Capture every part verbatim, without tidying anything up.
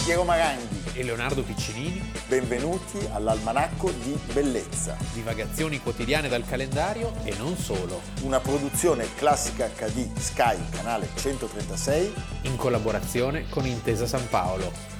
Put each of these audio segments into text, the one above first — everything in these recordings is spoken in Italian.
Piero Maranghi e Leonardo Piccinini. Benvenuti all'Almanacco di Bellezza. Divagazioni quotidiane dal calendario e non solo. Una produzione Classica acca di Sky, canale centotrentasei. In collaborazione con Intesa San Paolo.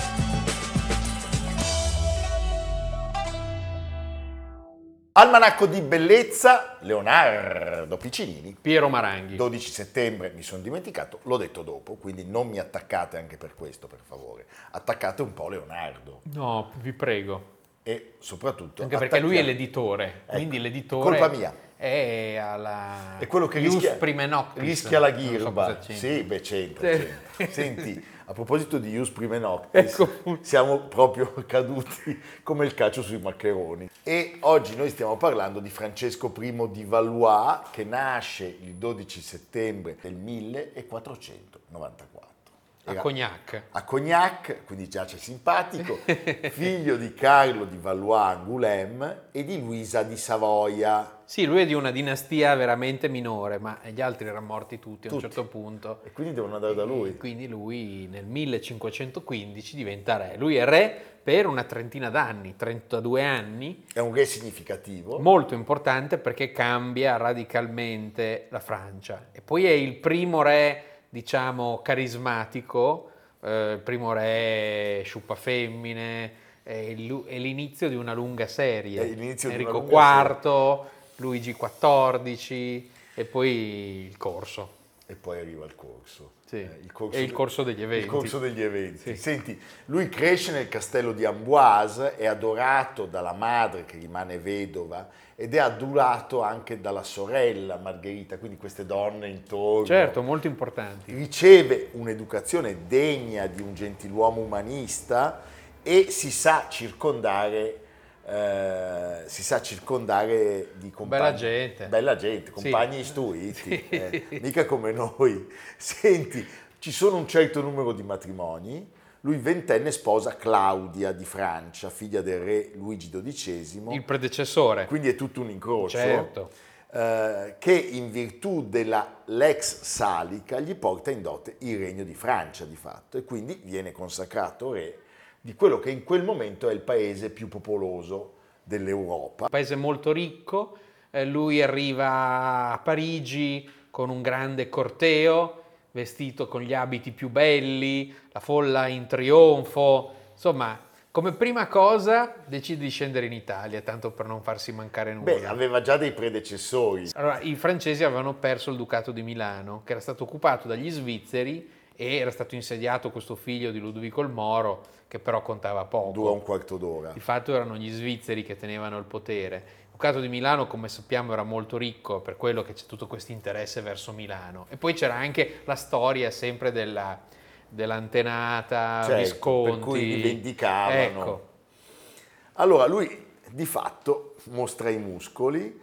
Almanacco di Bellezza, Leonardo Piccinini. Piero Maranghi. dodici settembre, mi sono dimenticato, l'ho detto dopo, quindi non mi attaccate anche per questo, per favore. Attaccate un po' Leonardo. No, vi prego. E soprattutto... Anche perché lui è l'editore, ecco, quindi l'editore... Colpa mia. È alla... È quello che Ius rischia, prime noctis. rischia la ghirba. So sì, beh, c'entra, c'entra. Senti, a proposito di Ius prime noctis, ecco. Siamo proprio caduti come il calcio sui maccheroni. E oggi noi stiamo parlando di Francesco I di Valois, che nasce il dodici settembre del millequattrocentonovantaquattro. A Cognac. A Cognac, quindi già c'è simpatico, figlio di Carlo di Valois-Angoulême e di Luisa di Savoia. Sì, lui è di una dinastia veramente minore, ma gli altri erano morti tutti a tutti. un certo punto. E quindi devono andare da lui. E quindi lui nel millecinquecentoquindici diventa re. Lui è re per una trentina d'anni, trentadue anni. È un re significativo. Molto importante perché cambia radicalmente la Francia. E poi è il primo re, diciamo, carismatico, eh, il primo re sciupafemmine, è, il, è l'inizio di una lunga serie. È l'inizio Enrico di una lunga quarto, serie. Luigi quattordici e poi il corso. E poi arriva il corso. Sì. Eh, il corso e il corso degli eventi. Il corso degli eventi. Sì. Senti, lui cresce nel castello di Amboise, è adorato dalla madre che rimane vedova ed è adorato anche dalla sorella Margherita, quindi queste donne intorno. Certo, molto importanti. Riceve un'educazione degna di un gentiluomo umanista e si sa circondare Eh, si sa circondare di compagni. Bella gente. Bella gente, compagni sì. istruiti, sì. eh, mica come noi. Senti, ci sono un certo numero di matrimoni. Lui ventenne sposa Claudia di Francia, figlia del re Luigi dodicesimo. Il predecessore. Quindi è tutto un incrocio. Certo. Eh, che in virtù della Lex Salica gli porta in dote il regno di Francia di fatto e quindi viene consacrato re di quello che in quel momento è il paese più popoloso dell'Europa. Un paese molto ricco, eh, lui arriva a Parigi con un grande corteo, vestito con gli abiti più belli, la folla in trionfo, insomma, come prima cosa decide di scendere in Italia, tanto per non farsi mancare nulla. Beh, aveva già dei predecessori. Allora, i francesi avevano perso il Ducato di Milano, che era stato occupato dagli svizzeri e era stato insediato questo figlio di Ludovico il Moro, che però contava poco. Dura un quarto d'ora. Di fatto erano gli svizzeri che tenevano il potere. Il Ducato di Milano, come sappiamo, era molto ricco, per quello che c'è tutto questo interesse verso Milano. E poi c'era anche la storia sempre della, dell'antenata, certo, Visconti. Per cui li vendicavano. Ecco. Allora lui di fatto mostra i muscoli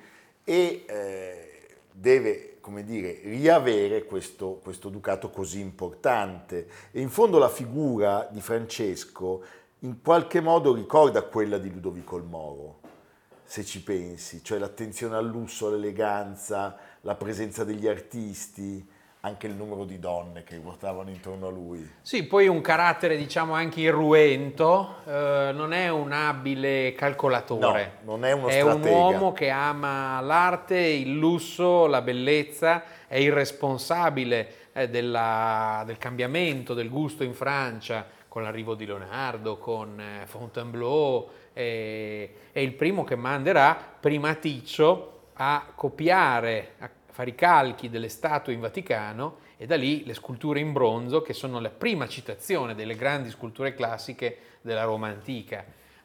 e eh, deve, come dire, riavere questo, questo ducato così importante. E in fondo la figura di Francesco in qualche modo ricorda quella di Ludovico il Moro, se ci pensi, cioè l'attenzione al lusso, all'eleganza, la presenza degli artisti, anche il numero di donne che ruotavano intorno a lui. Sì, poi un carattere diciamo anche irruento, eh, non è un abile calcolatore. No, non è uno è stratega. È un uomo che ama l'arte, il lusso, la bellezza, è irresponsabile eh, della, del cambiamento del gusto in Francia, con l'arrivo di Leonardo, con eh, Fontainebleau, eh, è il primo che manderà Primaticcio a copiare, a fare i calchi delle statue in Vaticano e da lì le sculture in bronzo che sono la prima citazione delle grandi sculture classiche della Roma antica.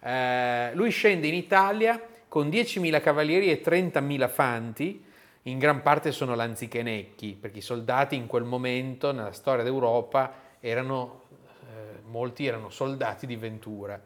Eh, lui scende in Italia con diecimila cavalieri e trentamila fanti, in gran parte sono lanzichenecchi, perché i soldati in quel momento nella storia d'Europa erano, eh, molti erano soldati di Ventura.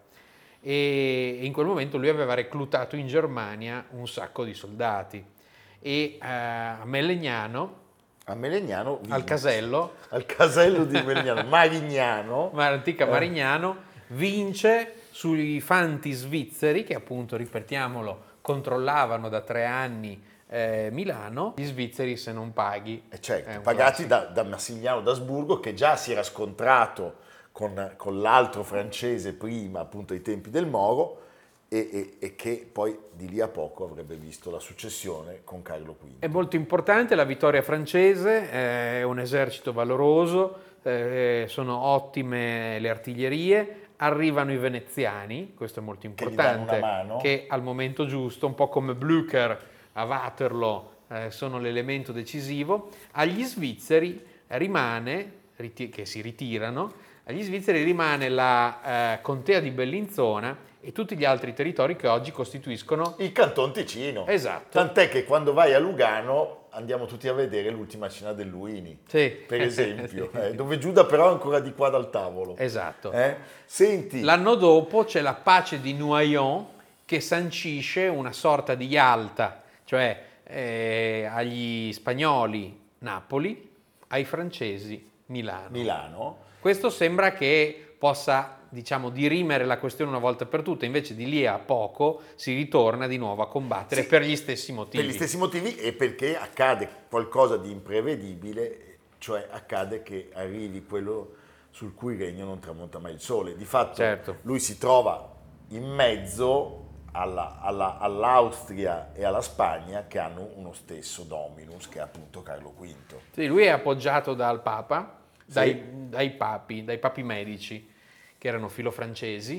E in quel momento lui aveva reclutato in Germania un sacco di soldati. E uh, a Melegnano, a Melegnano al casello, al casello di Melegnano, Marignano, antica Marignano, vince sui fanti svizzeri che appunto, ripetiamolo, controllavano da tre anni eh, Milano. Gli svizzeri se non paghi. Eh certo, pagati da, da Massimiliano d'Asburgo che già si era scontrato con, con l'altro francese prima, appunto ai tempi del Moro, e, e, e che poi di lì a poco avrebbe visto la successione con Carlo quinto. È molto importante la vittoria francese, è un esercito valoroso, eh, sono ottime le artiglierie, arrivano i veneziani, questo è molto importante, che, gli danno una mano. Che al momento giusto, un po' come Blücher a Waterloo, eh, sono l'elemento decisivo. Agli svizzeri rimane, che si ritirano, agli svizzeri rimane la eh, contea di Bellinzona e tutti gli altri territori che oggi costituiscono il Canton Ticino. Esatto. Tant'è che quando vai a Lugano andiamo tutti a vedere l'ultima cena del Luini, sì. per esempio, sì. eh, dove Giuda però è ancora di qua dal tavolo. Esatto. Eh? Senti. L'anno dopo c'è la pace di Noyon che sancisce una sorta di Yalta, cioè eh, agli spagnoli Napoli, ai francesi Milano. Milano. Questo sembra che possa, diciamo, dirimere la questione una volta per tutte, invece di lì a poco si ritorna di nuovo a combattere sì, per gli stessi motivi. Per gli stessi motivi e perché accade qualcosa di imprevedibile, cioè accade che arrivi quello sul cui regno non tramonta mai il sole. Di fatto certo. lui si trova in mezzo alla, alla, all'Austria e alla Spagna che hanno uno stesso dominus, che è appunto Carlo quinto. Sì, lui è appoggiato dal Papa, dai, sì. dai papi, dai papi medici, che erano filofrancesi.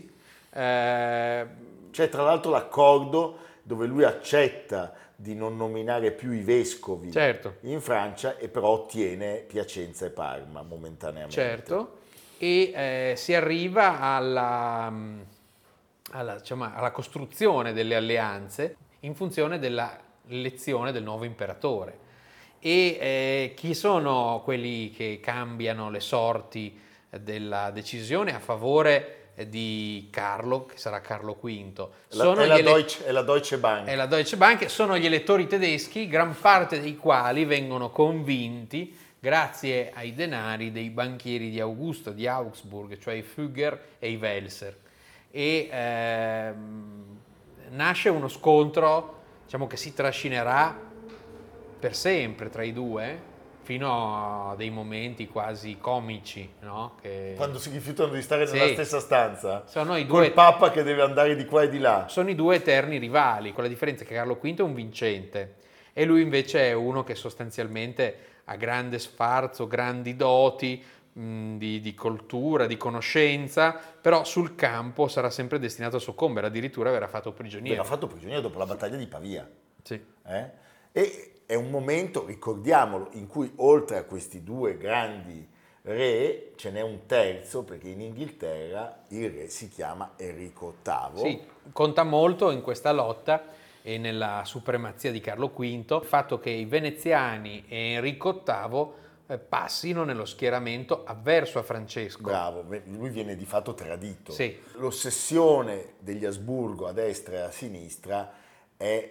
Eh... C'è tra l'altro l'accordo dove lui accetta di non nominare più i vescovi certo. in Francia e però ottiene Piacenza e Parma momentaneamente. Certo, e eh, si arriva alla, alla, diciamo, alla costruzione delle alleanze in funzione della elezione del nuovo imperatore. E eh, chi sono quelli che cambiano le sorti della decisione a favore di Carlo, che sarà Carlo quinto? Sono è, la ele- Deutsche, è la Deutsche Bank. È la Deutsche Bank, sono gli elettori tedeschi, gran parte dei quali vengono convinti grazie ai denari dei banchieri di Augusto, di Augsburg, cioè i Fugger e i Welser. E ehm, nasce uno scontro, diciamo, che si trascinerà per sempre tra i due, fino a dei momenti quasi comici, no? Che... Quando si rifiutano di stare sì. nella stessa stanza, sono i due... col Papa che deve andare di qua e di là. Sono i due eterni rivali, con la differenza che Carlo quinto è un vincente e lui invece è uno che sostanzialmente ha grande sfarzo, grandi doti mh, di, di cultura, di conoscenza, però sul campo sarà sempre destinato a soccombere, addirittura verrà fatto prigioniero. Verrà fatto prigioniero dopo la battaglia di Pavia. Sì. Eh? E è un momento, ricordiamolo, in cui oltre a questi due grandi re ce n'è un terzo, perché in Inghilterra il re si chiama Enrico ottavo. Sì, conta molto in questa lotta e nella supremazia di Carlo quinto il fatto che i veneziani e Enrico ottavo eh, passino nello schieramento avverso a Francesco. Bravo, lui viene di fatto tradito. Sì. L'ossessione degli Asburgo a destra e a sinistra è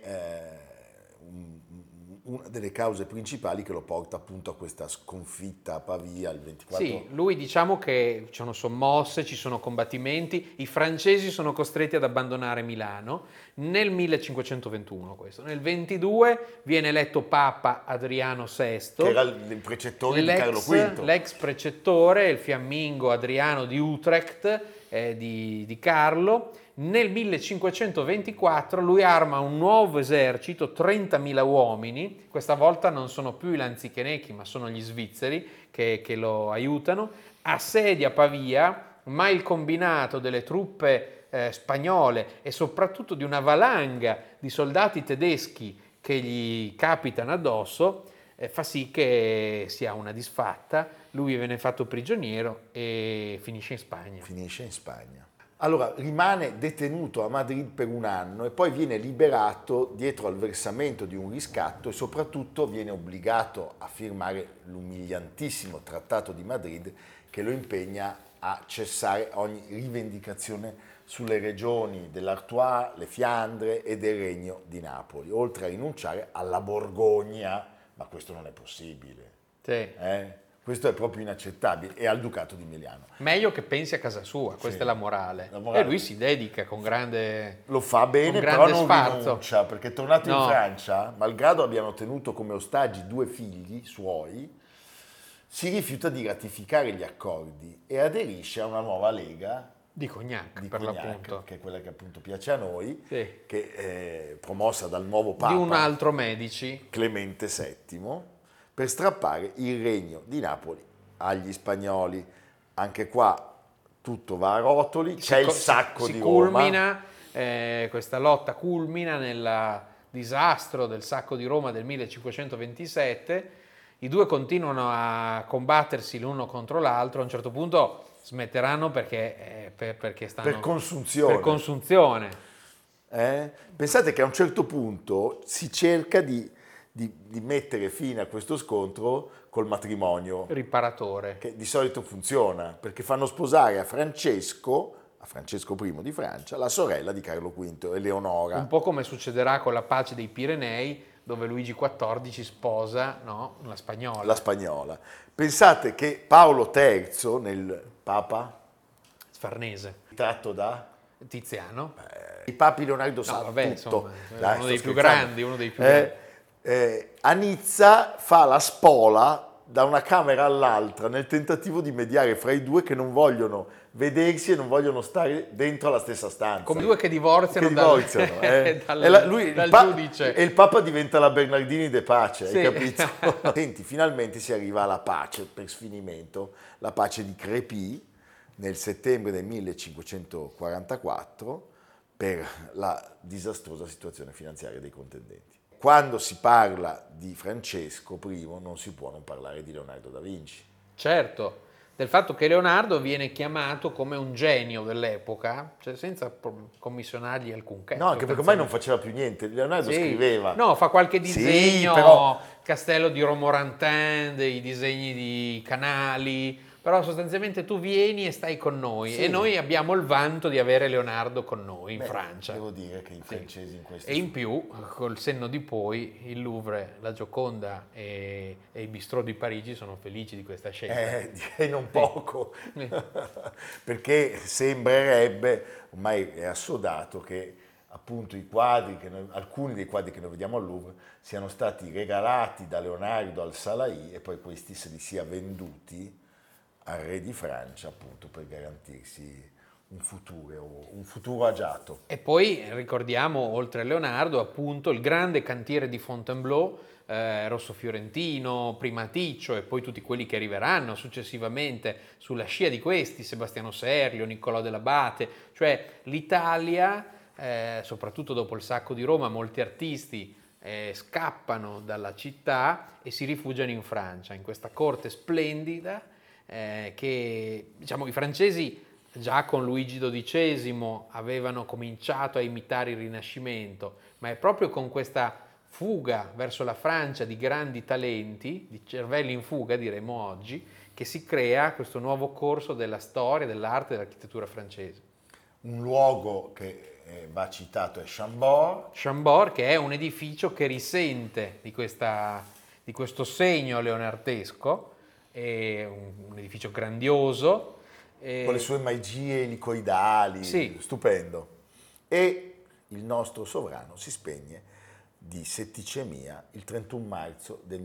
eh, un, una delle cause principali che lo porta appunto a questa sconfitta a Pavia il ventiquattro. Sì, lui diciamo che ci sono sommosse, ci sono combattimenti, i francesi sono costretti ad abbandonare Milano nel millecinquecentoventuno questo. Nel ventidue viene eletto Papa Adriano sesto, che era il precettore di Carlo quinto. L'ex precettore, il fiammingo Adriano di Utrecht, eh, di, di Carlo. Nel millecinquecentoventiquattro lui arma un nuovo esercito, trentamila uomini, questa volta non sono più i lanzichenecchi ma sono gli svizzeri che, che lo aiutano, assedia Pavia, ma il combinato delle truppe eh, spagnole e soprattutto di una valanga di soldati tedeschi che gli capitano addosso eh, fa sì che sia una disfatta, lui viene fatto prigioniero e finisce in Spagna. Finisce in Spagna. Allora rimane detenuto a Madrid per un anno e poi viene liberato dietro al versamento di un riscatto e soprattutto viene obbligato a firmare l'umiliantissimo Trattato di Madrid che lo impegna a cessare ogni rivendicazione sulle regioni dell'Artois, le Fiandre e del Regno di Napoli, oltre a rinunciare alla Borgogna, ma questo non è possibile. Sì. Eh? Questo è proprio inaccettabile, e al Ducato di Milano. Meglio che pensi a casa sua, questa sì, è la morale. la morale. E lui si dedica con grande Lo fa bene, però non sfarzo. rinuncia, perché tornato no. in Francia, malgrado abbiano tenuto come ostaggi due figli suoi, si rifiuta di ratificare gli accordi e aderisce a una nuova lega di Cognac, di per Cognac, l'appunto. che è quella che appunto piace a noi, Sì. che è promossa dal nuovo Papa Di un altro Medici. Clemente settimo, per strappare il regno di Napoli agli spagnoli. Anche qua tutto va a rotoli, c'è il sacco si di culmina, Roma. Eh, questa lotta culmina nel disastro del sacco di Roma del millecinquecentoventisette. I due continuano a combattersi l'uno contro l'altro, a un certo punto smetteranno perché, eh, per, perché stanno Per consunzione. Per consunzione. Eh? Pensate che a un certo punto si cerca di, di, di mettere fine a questo scontro col matrimonio Riparatore. che di solito funziona, perché fanno sposare a Francesco, a Francesco primo di Francia, la sorella di Carlo quinto, Eleonora. Un po' come succederà con la pace dei Pirenei, dove Luigi quattordici sposa, no, la spagnola. La spagnola. Pensate che Paolo terzo, nel Papa Farnese. tratto da Tiziano. Eh, i papi Leonardo sa No, vabbè, tutto. insomma, Dai, uno sto dei più scherzando. grandi, uno dei più Eh, grandi. eh, a Nizza fa la spola da una camera all'altra nel tentativo di mediare fra i due che non vogliono vedersi e non vogliono stare dentro la stessa stanza. Come due che divorziano, Che dal- divorziano, eh. dal, E la- lui, dal il pa- giudice. E il Papa diventa la Bernardini de Pace, Sì. hai capito? Senti, finalmente si arriva alla pace per sfinimento, la pace di Crépy nel settembre del millecinquecentoquarantaquattro per la disastrosa situazione finanziaria dei contendenti. Quando si parla di Francesco primo non si può non parlare di Leonardo da Vinci. Certo, del fatto che Leonardo viene chiamato come un genio dell'epoca, cioè senza pro- commissionargli alcun che. No, anche perché ormai non faceva più niente, Leonardo Sì. scriveva. No, fa qualche Sì, disegno, però- Castello di Romorantin, dei disegni di canali, però sostanzialmente tu vieni e stai con noi Sì. e noi abbiamo il vanto di avere Leonardo con noi in Beh, Francia. Devo dire che i francesi in questo... E in più, col senno di poi, il Louvre, la Gioconda e, e i bistrò di Parigi sono felici di questa scelta. Eh, direi non poco, Sì. perché sembrerebbe, ormai è assodato, che appunto i quadri, che noi- alcuni dei quadri che noi vediamo al Louvre siano stati regalati da Leonardo al Salaì e poi questi se li sia venduti al re di Francia appunto per garantirsi un futuro, un futuro agiato. E poi ricordiamo, oltre a Leonardo, appunto il grande cantiere di Fontainebleau, eh, Rosso Fiorentino, Primaticcio e poi tutti quelli che arriveranno successivamente sulla scia di questi, Sebastiano Serlio, Niccolò dell'Abate, cioè l'Italia, eh, soprattutto dopo il sacco di Roma, molti artisti eh, scappano dalla città e si rifugiano in Francia, in questa corte splendida eh, che diciamo i francesi già con Luigi dodicesimo avevano cominciato a imitare il Rinascimento, ma è proprio con questa fuga verso la Francia di grandi talenti, di cervelli in fuga diremmo oggi, che si crea questo nuovo corso della storia, dell'arte e dell'architettura francese. Un luogo che eh, va citato è Chambord. Chambord, che è un edificio che risente di, questa, di questo segno leonardesco, è un, un edificio grandioso, Con le sue magie elicoidali, Sì. stupendo. E il nostro sovrano si spegne di setticemia il trentuno marzo del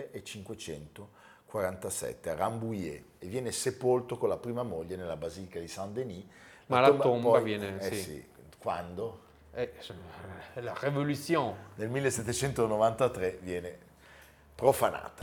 millecinquecentoquarantasette a Rambouillet e viene sepolto con la prima moglie nella basilica di Saint-Denis. Ma la tomba poi- viene- eh sì. sì, quando? è la Révolution. Nel millesettecentonovantatré viene profanata.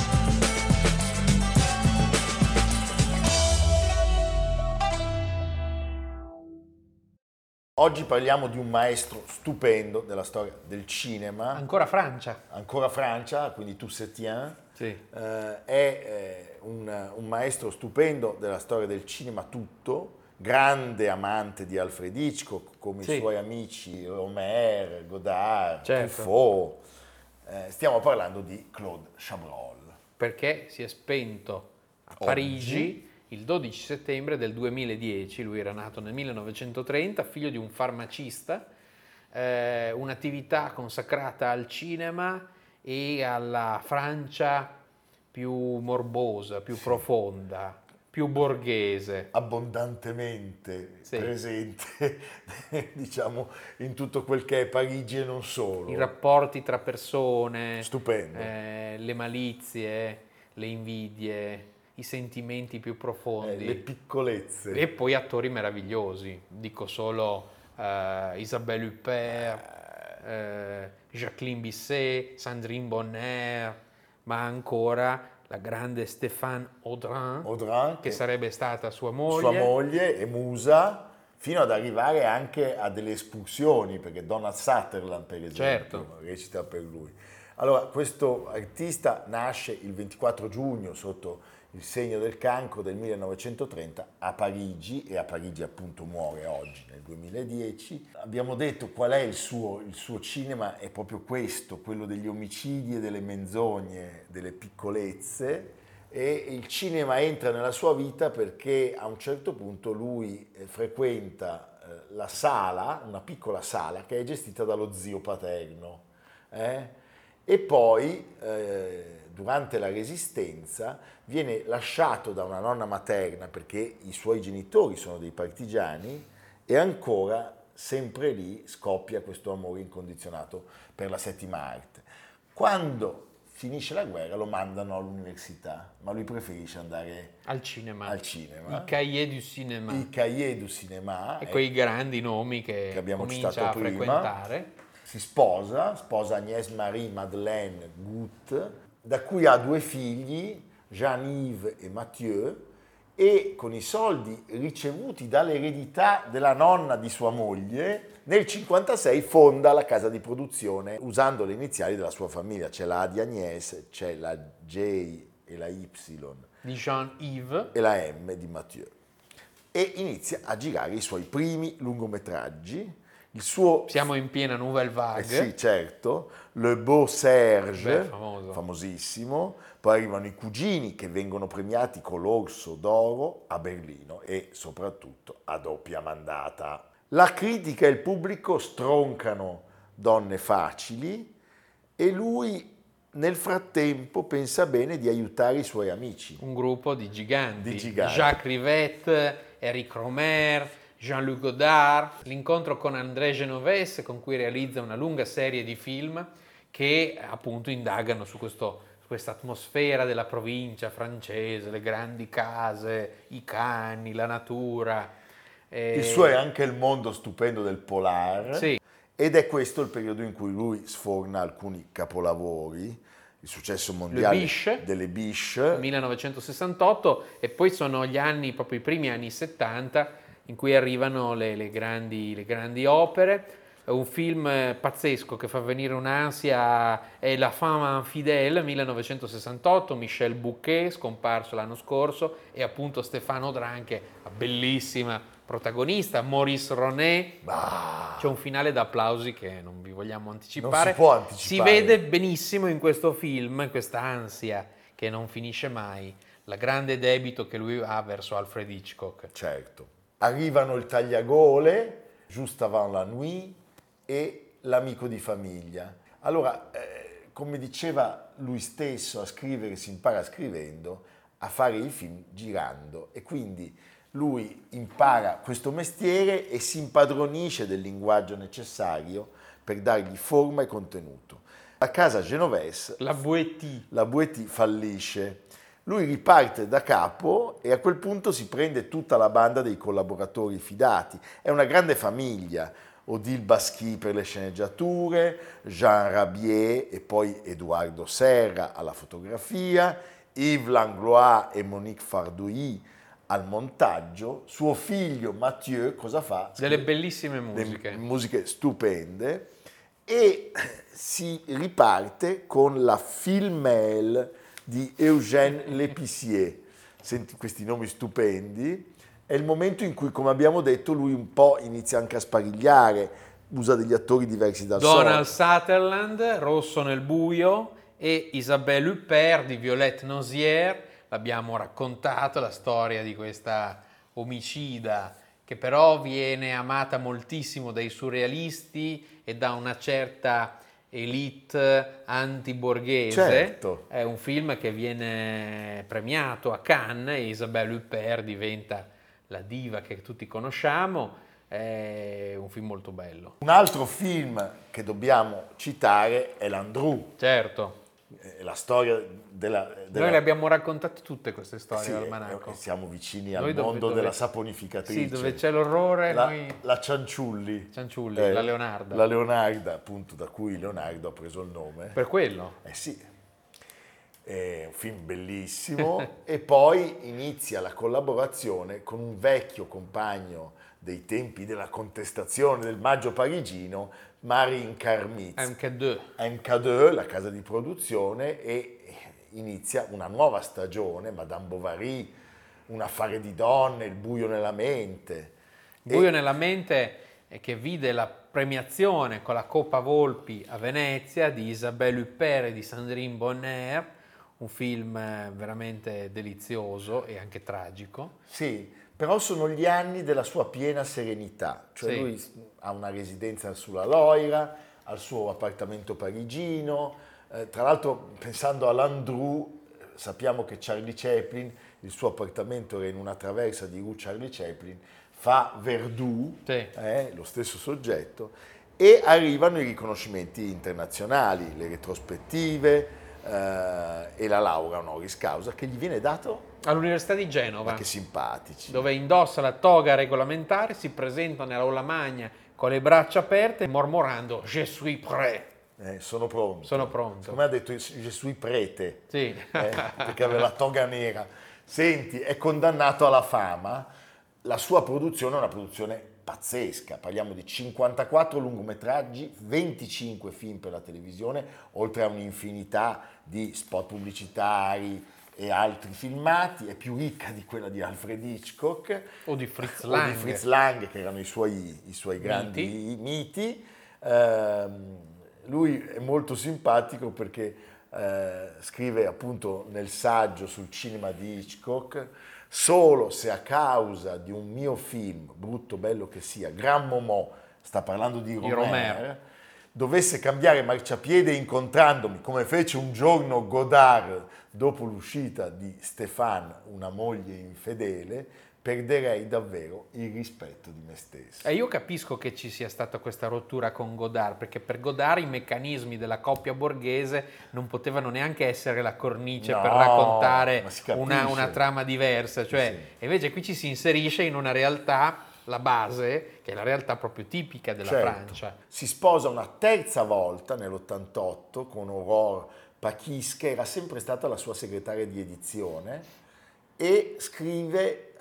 Oggi parliamo di un maestro stupendo della storia del cinema, Ancora Francia. ancora Francia, quindi Toussaint, Sì. eh, è eh, un, un maestro stupendo della storia del cinema tutto, grande amante di Alfred Hitchcock, come Sì. i suoi amici Romer, Godard, Certo. Truffaut. Eh, stiamo parlando di Claude Chabrol. Perché si è spento a Oggi. Parigi il dodici settembre del duemiladieci, lui era nato nel millenovecentotrenta, figlio di un farmacista, eh, un'attività consacrata al cinema e alla Francia più morbosa, più profonda, più borghese. Abbondantemente Sì. presente, diciamo, in tutto quel che è Parigi e non solo. I rapporti tra persone, Stupendo. eh, le malizie, le invidie, i sentimenti più profondi. Eh, le piccolezze. E poi attori meravigliosi, dico solo uh, Isabelle Huppert, uh, Jacqueline Bisset, Sandrine Bonnaire, ma ancora la grande Stéphane Audran, Audran, che, che sarebbe stata sua moglie. Sua moglie e musa, fino ad arrivare anche a delle espulsioni, perché Donald Sutherland, per esempio, certo. recita per lui. Allora, questo artista nasce il ventiquattro giugno sotto il segno del cancro del millenovecentotrenta a Parigi, e a Parigi appunto muore oggi nel duemiladieci. Abbiamo detto qual è il suo, il suo cinema, è proprio questo, quello degli omicidi e delle menzogne, delle piccolezze, e il cinema entra nella sua vita perché a un certo punto lui frequenta eh, la sala, una piccola sala che è gestita dallo zio paterno, eh? E poi eh, durante la Resistenza viene lasciato da una nonna materna perché i suoi genitori sono dei partigiani, e ancora sempre lì scoppia questo amore incondizionato per la settima arte. Quando finisce la guerra lo mandano all'università, ma lui preferisce andare al cinema. Al cinema. I cahiers du cinéma. I cahiers du cinéma. E quei grandi nomi che, che abbiamo comincia citato a prima. frequentare. Si sposa, sposa Agnès Marie Madeleine Goutte, da cui ha due figli, Jean-Yves e Mathieu, e con i soldi ricevuti dall'eredità della nonna di sua moglie, nel cinquantasei fonda la casa di produzione usando le iniziali della sua famiglia. C'è la A di Agnès, c'è la J e la Y di Jean-Yves e la M di Mathieu. E inizia a girare i suoi primi lungometraggi. Il suo... Siamo in piena Nouvelle Vague. Eh sì, certo. Le Beau Serge, Beh, famoso. famosissimo. Poi arrivano i Cugini, che vengono premiati con l'Orso d'Oro a Berlino, e soprattutto a doppia mandata. La critica e il pubblico stroncano Donne facili, e lui nel frattempo pensa bene di aiutare i suoi amici. Un gruppo di giganti. Di giganti. Jacques Rivette, Eric Romer, Jean-Luc Godard, l'incontro con André Genovès, con cui realizza una lunga serie di film che appunto indagano su questo, questa atmosfera della provincia francese, le grandi case, i cani, la natura. E... Il suo è anche il mondo stupendo del polar. Sì. Ed è questo il periodo in cui lui sforna alcuni capolavori, il successo mondiale Biche, delle Biche, millenovecentosessantotto, e poi sono gli anni, proprio i primi anni settanta, in cui arrivano le, le, grandi, le grandi opere. Un film pazzesco che fa venire un'ansia è La femme infidèle, millenovecentosessantotto, Michel Bouquet, scomparso l'anno scorso, e appunto Stéphane Audran, che è una bellissima protagonista, Maurice Ronet. Bah. C'è un finale d'applausi che non vi vogliamo anticipare. Non si può anticipare. Si vede benissimo in questo film, in questa ansia che non finisce mai, la grande debito che lui ha verso Alfred Hitchcock. Certo. Arrivano il Tagliagole, Juste avant la nuit e L'amico di famiglia. Allora, eh, come diceva lui stesso, a scrivere si impara scrivendo, a fare i film girando, e quindi lui impara questo mestiere e si impadronisce del linguaggio necessario per dargli forma e contenuto. A casa Genovès, La Boétie. La Boétie fallisce. Lui riparte da capo e a quel punto si prende tutta la banda dei collaboratori fidati. È una grande famiglia. Odile Baschi per le sceneggiature, Jean Rabier e poi Edoardo Serra alla fotografia, Yves Langlois e Monique Fardouilly al montaggio. Suo figlio Mathieu cosa fa? Delle bellissime musiche. Delle musiche stupende, e si riparte con la Filmel di Eugène Lépicier. Senti questi nomi stupendi. È il momento in cui, come abbiamo detto, lui un po' inizia anche a sparigliare, usa degli attori diversi dal solito. Donald Sutherland, Rosso nel buio, e Isabelle Huppert di Violette Nozière. L'abbiamo raccontato, la storia di questa omicida che però viene amata moltissimo dai surrealisti e da una certa elite antiborghese. Certo. È un film che viene premiato a Cannes e Isabelle Huppert diventa la diva che tutti conosciamo. È un film molto bello. Un altro film che dobbiamo citare è Landru. Certo. eh, la storia della, della... Noi le abbiamo raccontate tutte queste storie Sì, all'Almanacco. eh, siamo vicini Noi al dove- mondo dove- della saponificatrice. Sì, dove c'è l'orrore, la, noi... la Cianciulli. Cianciulli, Eh, la Leonarda. La Leonarda, appunto, da cui Leonardo ha preso il nome. Per quello. Eh sì, è un film bellissimo e poi inizia la collaborazione con un vecchio compagno dei tempi della contestazione del Maggio parigino, Marin Karmitz. M K due. M K due, la casa di produzione, e inizia una nuova stagione, Madame Bovary, Un affare di donne, Il buio nella mente. Il buio E- nella mente è che vide la premiazione con la Coppa Volpi a Venezia di Isabelle Huppert e di Sandrine Bonnaire, un film eh, veramente delizioso e anche tragico. Sì, però sono gli anni della sua piena serenità, cioè Sì. lui ha una residenza sulla Loira, ha il suo appartamento parigino, eh, tra l'altro pensando a Landru, eh, sappiamo che Charlie Chaplin, il suo appartamento era in una traversa di Rue Charlie Chaplin, fa Verdoux, Sì. eh, lo stesso soggetto, e arrivano i riconoscimenti internazionali, le retrospettive eh, e la laurea honoris causa che gli viene dato. All'Università di Genova, Ma che simpatici. dove indossa la toga regolamentare, si presenta nell'aula magna con le braccia aperte, mormorando «Je suis prêt». Eh, sono pronto. Sono pronto. Come ha detto, je suis prete, Sì. eh, perché aveva la toga nera. Senti, è condannato alla fama. La sua produzione è una produzione pazzesca. Parliamo di cinquantaquattro lungometraggi, venticinque film per la televisione, oltre a un'infinità di spot pubblicitari e altri filmati. È più ricca di quella di Alfred Hitchcock O di Fritz o Lang. di Fritz Lang, che erano i suoi, i suoi grandi miti. Ehm, lui è molto simpatico perché eh, scrive appunto nel saggio sul cinema di Hitchcock: solo se a causa di un mio film, brutto bello che sia, Gran Momò, sta parlando di Romer, Romer. dovesse cambiare marciapiede incontrandomi, come fece un giorno Godard dopo l'uscita di Stéphane, una moglie infedele, perderei davvero il rispetto di me stesso. E io capisco che ci sia stata questa rottura con Godard, perché per Godard i meccanismi della coppia borghese non potevano neanche essere la cornice No, per raccontare ma si capisce. una, una trama diversa, cioè Sì. invece qui ci si inserisce in una realtà, la base, che è la realtà proprio tipica della Certo. Francia. Si sposa una terza volta nell'ottantotto con Aurore Pachis, che era sempre stata la sua segretaria di edizione, e scrive eh,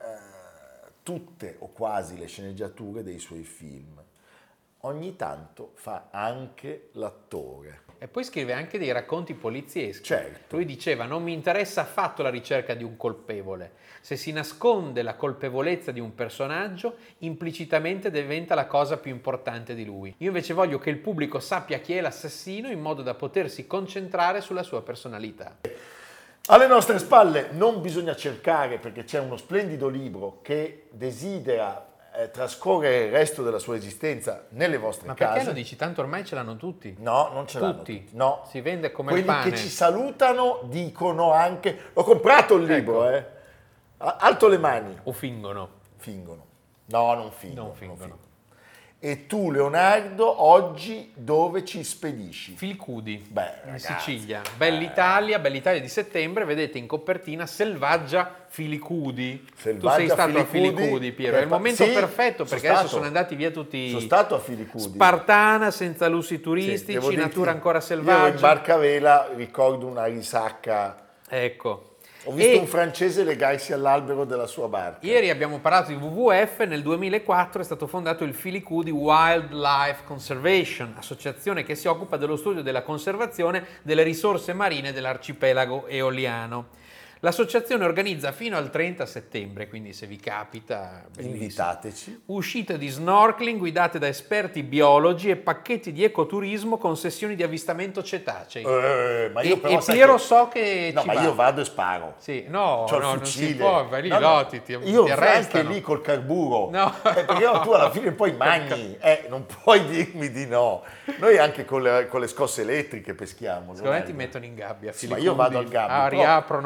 tutte o quasi le sceneggiature dei suoi film. Ogni tanto fa anche l'attore. E poi scrive anche dei racconti polizieschi. Certo. Lui diceva: non mi interessa affatto la ricerca di un colpevole. Se si nasconde la colpevolezza di un personaggio, implicitamente diventa la cosa più importante di lui. Io invece voglio che il pubblico sappia chi è l'assassino in modo da potersi concentrare sulla sua personalità. Alle nostre spalle non bisogna cercare, perché c'è uno splendido libro che desidera eh, trascorrere il resto della sua esistenza nelle vostre Ma case. perché lo dici? Tanto ormai ce l'hanno tutti. No, non ce l'hanno Tutti. tutti. No. Si vende come Quelli il pane. che ci salutano dicono anche: ho comprato il libro, Ecco. eh. A- Alto le mani. O fingono. Fingono. No, non fingono. Non fingono. E tu, Leonardo, oggi dove ci spedisci? Filicudi, Beh, in ragazzi, Sicilia. Bell'Italia, Bell'Italia di settembre, vedete in copertina Selvaggia Filicudi. Selvaggia tu sei stato Filicudi, a Filicudi, Piero. che È il fa- momento sì, perfetto, sono perché adesso stato. sono andati via tutti. Sono stato a Filicudi. Spartana, senza lussi Sì, turistici, devo dirti, natura ancora Io in selvaggia. barcavela ricordo una risacca. Ecco. Ho visto E un francese legarsi all'albero della sua barca. ieri abbiamo parlato di W W F, nel duemilaquattro è stato fondato il Filicudi Wildlife Conservation, associazione che si occupa dello studio della conservazione delle risorse marine dell'arcipelago eoliano. L'associazione organizza fino al trenta settembre, quindi se vi capita, bellissimo, Invitateci. uscite di snorkeling guidate da esperti biologi e pacchetti di ecoturismo con sessioni di avvistamento cetacei. Eh, ma io e però e sai Piero che- so che No, ci ma va. io vado e sparo. Sì, no, C'ho il no, non si fucile. può, vai lì, No, no, no. ti, ti, Io ti anche arrestano. lì col carburo. No. Eh, perché no, tu alla fine poi magni, eh, non puoi dirmi di no. Noi anche con le, con le scosse elettriche peschiamo. Secondo me ti Leonardo. mettono in gabbia. Sì, ma Filicudi. io vado al gabbio, Ah, però- riaprono il vecchio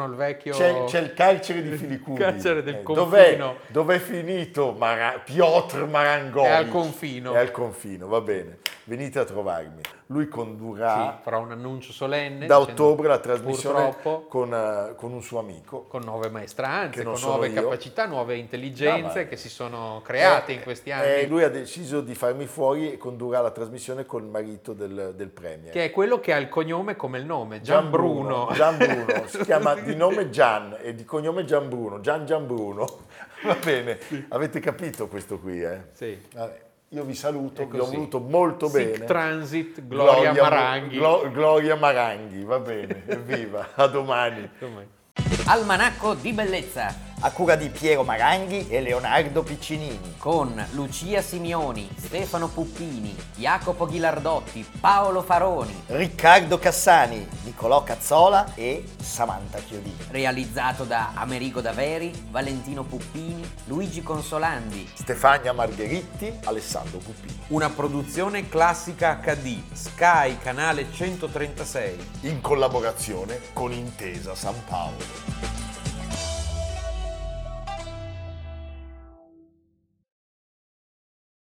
vecchio... C'è, c'è il carcere di Filicudi. Il carcere del eh, confino. Dov'è, dov'è finito Mara- Piotr Marangoli? È al confino. È al confino, va bene. Venite a trovarmi. Lui condurrà Sì, farà un annuncio solenne. da dicendo, ottobre la trasmissione purtroppo, con, uh, con un suo amico. con nuove maestranze, che non con sono nuove io. capacità, nuove intelligenze No, ma- che si sono create Eh, in questi anni. eh, lui ha deciso di farmi fuori e condurrà la trasmissione col marito del, del premier. Che è quello che ha il cognome come il nome, Gian Bruno. Gian Bruno, si chiama di nome Gian e di cognome Gian Bruno, Gian Gian Bruno. Va bene, avete capito questo qui, eh? Sì. Vabbè, io vi saluto, È vi ho così. voluto molto Sic bene. transit, Gloria, Maranghi. Glo- Gloria Maranghi, va bene, evviva, a domani. Com'è? Almanacco di bellezza A cura di Piero Maranghi e Leonardo Piccinini. con Lucia Simioni, Stefano Puppini, Jacopo Ghilardotti, Paolo Faroni, Riccardo Cassani, Nicolò Cazzola e Samantha Chiodini. realizzato da Amerigo Daveri, Valentino Puppini, Luigi Consolandi. Stefania Margheritti, Alessandro Puppini. Una produzione classica acca di, Sky, canale centotrentasei. In collaborazione con Intesa San Paolo.